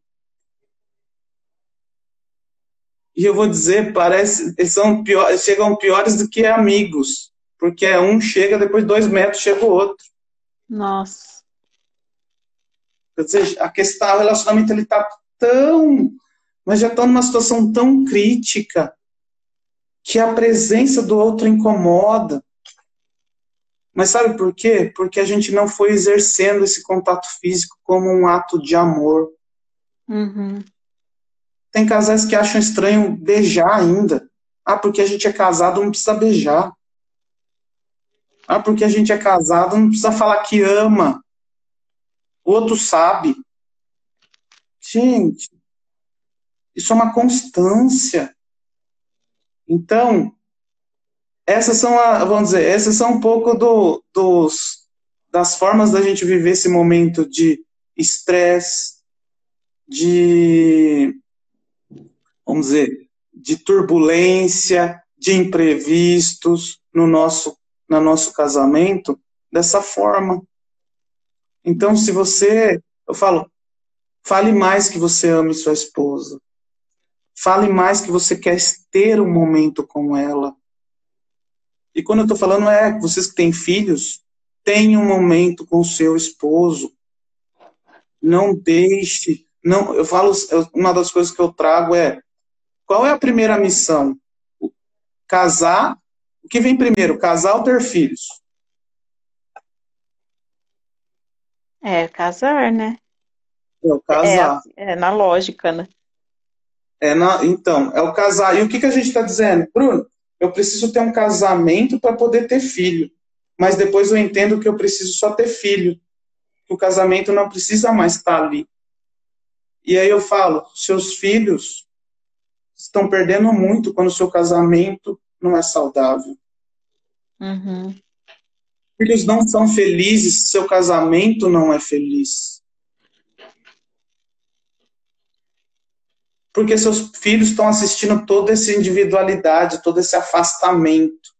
e eu vou dizer, parece, eles são piores, chegam piores do que amigos, porque um chega, depois de dois metros chega o outro. Nossa. Quer dizer, a questão, o relacionamento ele está tão, mas já está numa situação tão crítica que a presença do outro incomoda. Mas sabe por quê? Porque a gente não foi exercendo esse contato físico como um ato de amor. Uhum. Tem casais que acham estranho beijar ainda. Ah, porque a gente é casado, não precisa beijar. Ah, porque a gente é casado, não precisa falar que ama. O outro sabe. Gente, isso é uma constância. Então, essas são, a, vamos dizer, essas são um pouco do, dos, das formas da gente viver esse momento de estresse, de, vamos dizer, de turbulência, de imprevistos no nosso, no nosso casamento, dessa forma. Então, se você, eu falo, fale mais que você ame sua esposa. Fale mais que você quer ter um momento com ela. E quando eu estou falando é, vocês que têm filhos, tenham um momento com o seu esposo. Não deixe, não, eu falo, uma das coisas que eu trago é, qual é a primeira missão? Casar, o que vem primeiro, casar ou ter filhos? É, casar, né? É o É, casar. assim, é na lógica, né? É na, então, é o casar. E o que, que a gente está dizendo? Bruno, eu preciso ter um casamento para poder ter filho. Mas depois eu entendo que eu preciso só ter filho. Que o casamento não precisa mais estar ali. E aí eu falo, seus filhos estão perdendo muito quando o seu casamento não é saudável. Uhum. Filhos não são felizes se seu casamento não é feliz. Porque seus filhos estão assistindo toda essa individualidade, todo esse afastamento.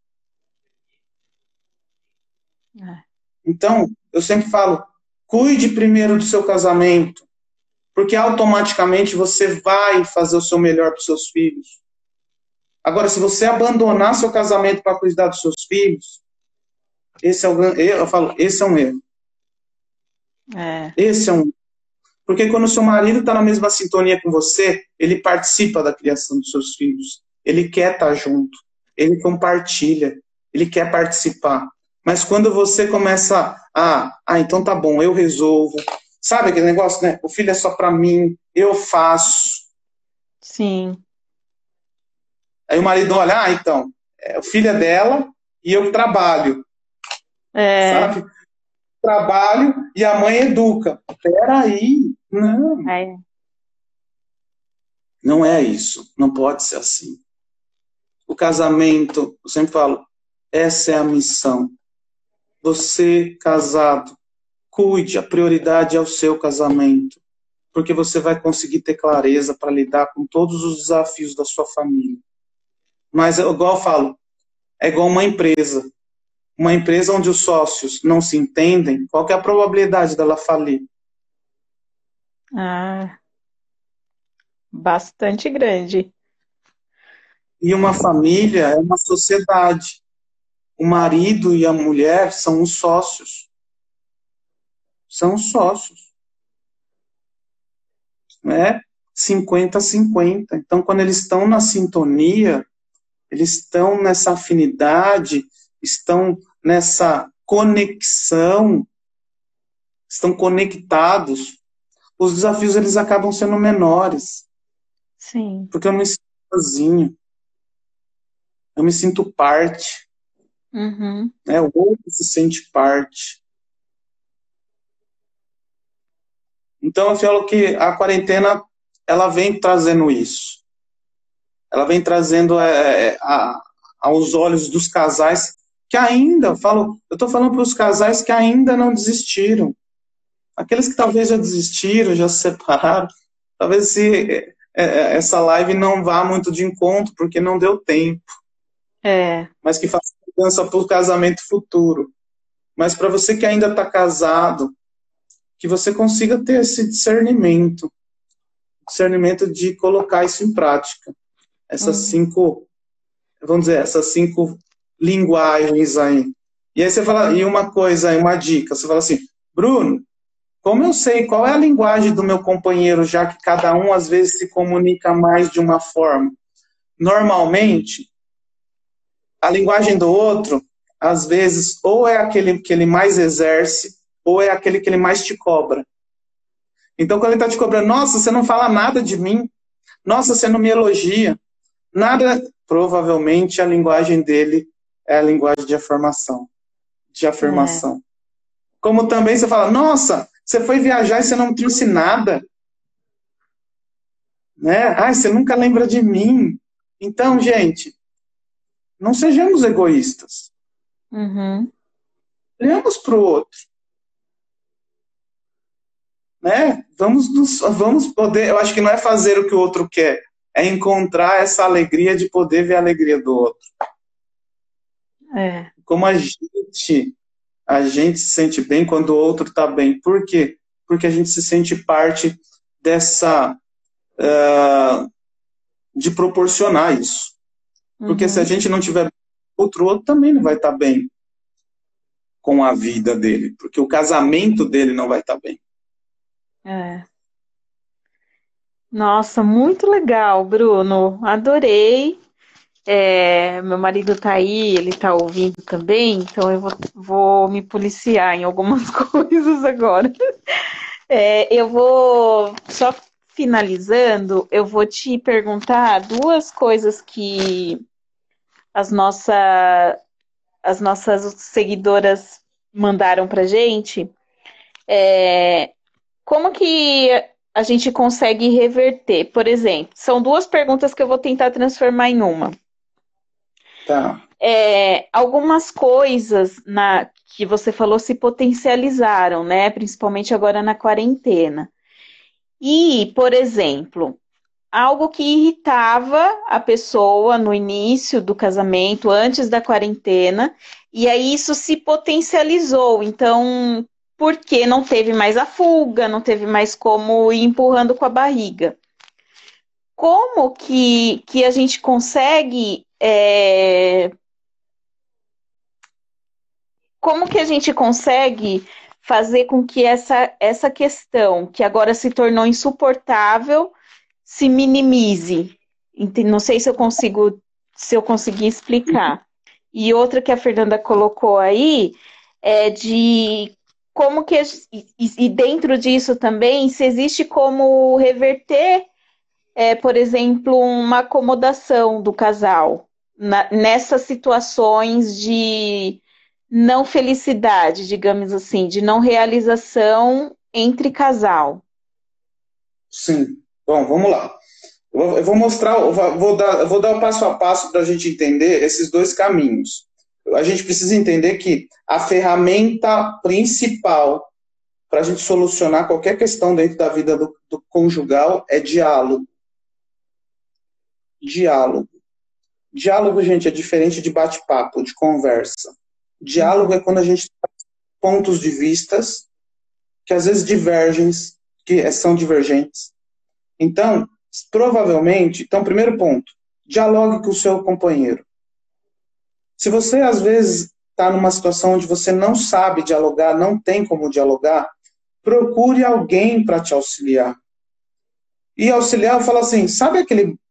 É. Então, eu sempre falo, cuide primeiro do seu casamento, porque automaticamente você vai fazer o seu melhor para os seus filhos. Agora, se você abandonar seu casamento para cuidar dos seus filhos, esse é o eu falo, esse é um erro. É. Esse é um Porque quando o seu marido está na mesma sintonia com você, ele participa da criação dos seus filhos. Ele quer estar junto. Ele compartilha. Ele quer participar. Mas quando você começa a, ah, então tá bom, eu resolvo. Sabe aquele negócio, né? O filho é só para mim, eu faço. Sim. Aí o marido olha, ah, então, é, o filho é dela e eu trabalho. É. Sabe? Trabalho e a mãe educa. Peraí, não. É. Não é isso. Não pode ser assim. O casamento, eu sempre falo, essa é a missão. Você, casado, cuide, a prioridade é o seu casamento. Porque você vai conseguir ter clareza para lidar com todos os desafios da sua família. Mas, igual eu falo, é igual uma empresa. Uma empresa onde os sócios não se entendem, qual que é a probabilidade dela falir? Ah, bastante grande. E uma família é uma sociedade. O marido e a mulher são os sócios. São os sócios. Né? cinquenta a cinquenta. Então, quando eles estão na sintonia, eles estão nessa afinidade, estão nessa conexão, estão conectados, os desafios eles acabam sendo menores. Sim. Porque eu não me sinto sozinho. Eu me sinto parte. Uhum. Né? O outro se sente parte. Então eu falo que a quarentena ela vem trazendo isso. Ela vem trazendo é, a, aos olhos dos casais que ainda, falo, eu estou falando para os casais que ainda não desistiram. Aqueles que talvez já desistiram, já se separaram, talvez se, é, essa live não vá muito de encontro, porque não deu tempo. É. Mas que faça mudança para o casamento futuro. Mas para você que ainda está casado, que você consiga ter esse discernimento, discernimento de colocar isso em prática. Essas Uhum. cinco, vamos dizer, essas cinco linguagens aí. E aí você fala, e uma coisa, uma dica, você fala assim, Bruno, como eu sei qual é a linguagem do meu companheiro, já que cada um às vezes se comunica mais de uma forma? Normalmente, a linguagem do outro, às vezes, ou é aquele que ele mais exerce, ou é aquele que ele mais te cobra. Então, quando ele está te cobrando, nossa, você não fala nada de mim, nossa, você não me elogia, nada, provavelmente a linguagem dele é a linguagem de afirmação. De afirmação. É. Como também você fala, nossa, você foi viajar e você não me trouxe nada. Né? Ai, você nunca lembra de mim. Então, gente, não sejamos egoístas. Uhum. Olhamos para o outro. Né? Vamos, nos, vamos poder, eu acho que não é fazer o que o outro quer, é encontrar essa alegria de poder ver a alegria do outro. É. Como a gente, a gente se sente bem quando o outro está bem. Por quê? Porque a gente se sente parte dessa, uh, de proporcionar isso. Porque uhum. se a gente não tiver outro, outro também não vai estar tá bem com a vida dele, porque o casamento dele não vai estar tá bem. É. Nossa, muito legal, Bruno. Adorei. É, meu marido tá aí, ele tá ouvindo também, então eu vou, vou me policiar em algumas coisas agora. É, eu vou, só finalizando, eu vou te perguntar duas coisas que as, nossa, as nossas seguidoras mandaram pra gente. É, como que a gente consegue reverter? Por exemplo, são duas perguntas que eu vou tentar transformar em uma. Tá. É, algumas coisas na, que você falou se potencializaram, né? Principalmente agora na quarentena. E, por exemplo, algo que irritava a pessoa no início do casamento, antes da quarentena, e aí isso se potencializou. Então, porque não teve mais a fuga, não teve mais como ir empurrando com a barriga. Como que, que a gente consegue... É, como que a gente consegue fazer com que essa, essa questão, que agora se tornou insuportável, se minimize? Não sei se eu consigo, se eu conseguir explicar. E outra que a Fernanda colocou aí é de como que, e dentro disso também, se existe como reverter, é, por exemplo, uma acomodação do casal na, nessas situações de não felicidade, digamos assim, de não realização entre casal. Sim. Bom, vamos lá. Eu vou mostrar, eu vou dar, eu vou dar o passo a passo para a gente entender esses dois caminhos. A gente precisa entender que a ferramenta principal para a gente solucionar qualquer questão dentro da vida do, do conjugal é diálogo. Diálogo. Diálogo, gente, é diferente de bate-papo, de conversa. Diálogo é quando a gente tem pontos de vistas que às vezes divergem, que são divergentes. Então, provavelmente, então, primeiro ponto, dialogue com o seu companheiro. Se você, às vezes, está numa situação onde você não sabe dialogar, não tem como dialogar, procure alguém para te auxiliar. E auxiliar, eu falo assim, sabe aquele,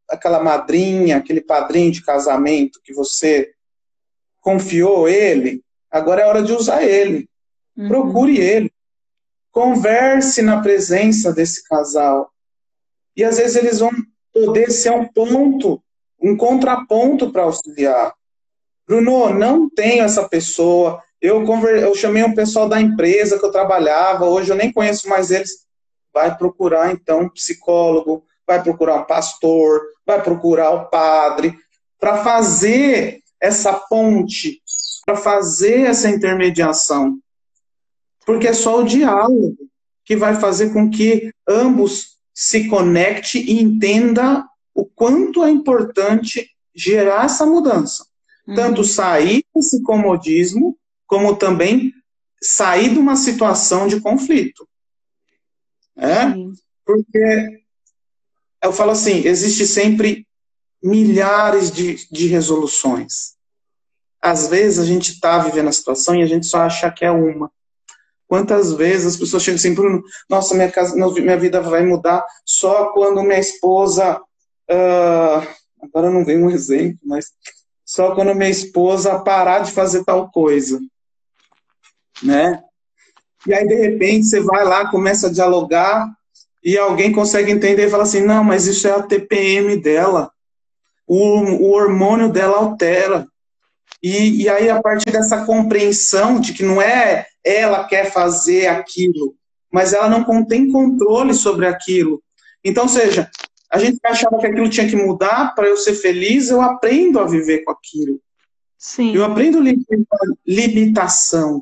aquela madrinha, aquele padrinho de casamento que você confiou ele, agora é hora de usar ele. Uhum. Procure ele. Converse na presença desse casal. E às vezes eles vão poder ser um ponto, um contraponto para auxiliar. Bruno, não tenho essa pessoa. Eu, conver... eu chamei um pessoal da empresa que eu trabalhava, hoje eu nem conheço mais eles. Vai procurar, então, um psicólogo, vai procurar um pastor, vai procurar o padre, para fazer essa ponte, para fazer essa intermediação. Porque é só o diálogo que vai fazer com que ambos se conectem e entendam o quanto é importante gerar essa mudança. Uhum. Tanto sair desse comodismo, como também sair de uma situação de conflito. É? Porque, eu falo assim, existe sempre milhares de, de resoluções. Às vezes a gente está vivendo a situação e a gente só acha que é uma. Quantas vezes as pessoas chegam assim, Bruno, nossa, minha, casa, minha vida vai mudar só quando minha esposa, uh, agora não vem um exemplo, mas só quando minha esposa parar de fazer tal coisa, né? E aí, de repente, você vai lá, começa a dialogar e alguém consegue entender e fala assim, não, mas isso é a T P M dela, o, o hormônio dela altera. E, e aí, a partir dessa compreensão de que não é ela quer fazer aquilo, mas ela não tem controle sobre aquilo. Então, ou seja, a gente achava que aquilo tinha que mudar para eu ser feliz, eu aprendo a viver com aquilo. Sim. Eu aprendo limitação.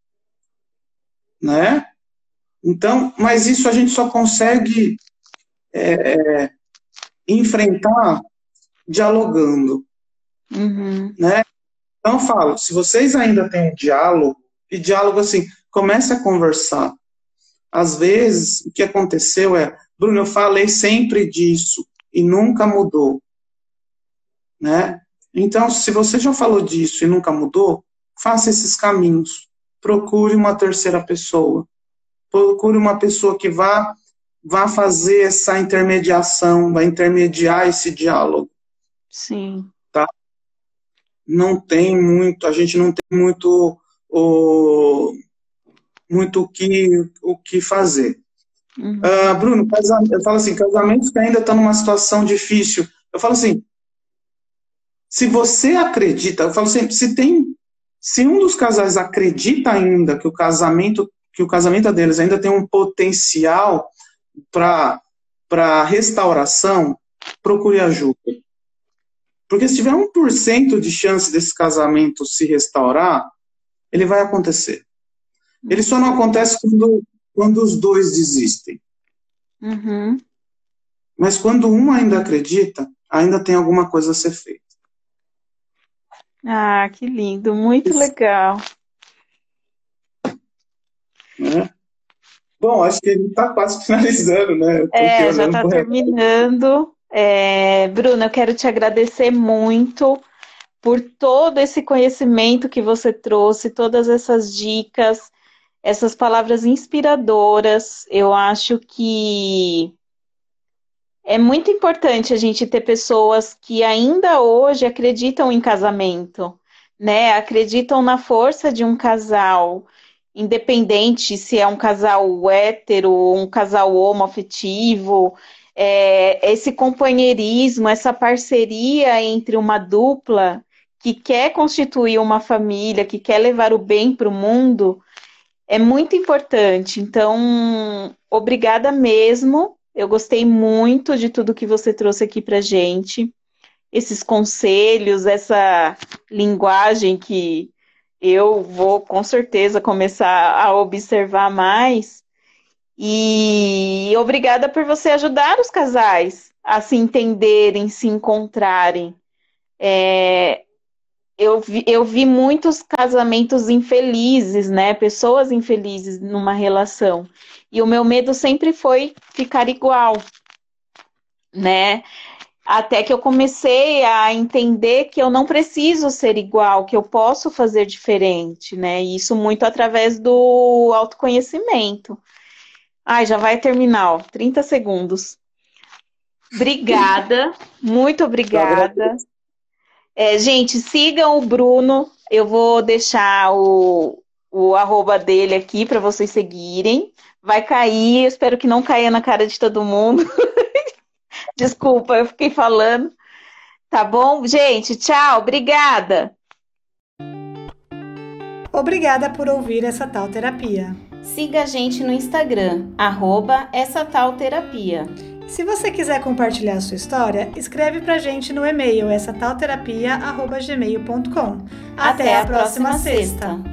Né? Então, mas isso a gente só consegue é, enfrentar dialogando. Uhum. Né? Então, eu falo, se vocês ainda têm um diálogo, e diálogo assim, comece a conversar. Às vezes, o que aconteceu é, Bruno, eu falei sempre disso e nunca mudou. Né? Então, se você já falou disso e nunca mudou, faça esses caminhos. Procure uma terceira pessoa. Procure uma pessoa que vá, vá fazer essa intermediação, vai intermediar esse diálogo. Sim. Tá? Não tem muito, a gente não tem muito o, muito o que, o que fazer. Uhum. Uh, Bruno, eu falo assim, casamentos que ainda estão numa situação difícil. Eu falo assim, se você acredita, eu falo assim, se tem, se um dos casais acredita ainda que o casamento, que o casamento deles ainda tem um potencial para para restauração, procure ajuda. Porque se tiver um por cento de chance desse casamento se restaurar, ele vai acontecer. Ele só não acontece quando, quando os dois desistem. Uhum. Mas quando um ainda acredita, ainda tem alguma coisa a ser feita. Ah, que lindo, muito Isso. legal. É. Bom, acho que ele está quase finalizando, né? É, já está terminando. É, Bruna, eu quero te agradecer muito por todo esse conhecimento que você trouxe, todas essas dicas, essas palavras inspiradoras. Eu acho que é muito importante a gente ter pessoas que ainda hoje acreditam em casamento, né? Acreditam na força de um casal, independente se é um casal hétero, um casal homoafetivo, é, esse companheirismo, essa parceria entre uma dupla que quer constituir uma família, que quer levar o bem para o mundo, é muito importante. Então, obrigada mesmo. Eu gostei muito de tudo que você trouxe aqui pra gente. Esses conselhos, essa linguagem que eu vou com certeza começar a observar mais. E obrigada por você ajudar os casais a se entenderem, se encontrarem. É, eu, vi, eu vi muitos casamentos infelizes, né? Pessoas infelizes numa relação. E o meu medo sempre foi ficar igual, né? Até que eu comecei a entender que eu não preciso ser igual, que eu posso fazer diferente, né? E isso muito através do autoconhecimento. Ai, já vai terminar, ó, trinta segundos. Obrigada, muito obrigada. É, gente, sigam o Bruno. Eu vou deixar o, o arroba dele aqui para vocês seguirem. Vai cair, eu espero que não caia na cara de todo mundo. Desculpa, eu fiquei falando. Tá bom? Gente, tchau, obrigada. Obrigada por ouvir essa tal terapia. Siga a gente no Instagram, arroba essa tal terapia. Se você quiser compartilhar a sua história, escreve pra gente no e-mail essa tal terapia arroba gmail ponto com. Até, Até a próxima, próxima sexta.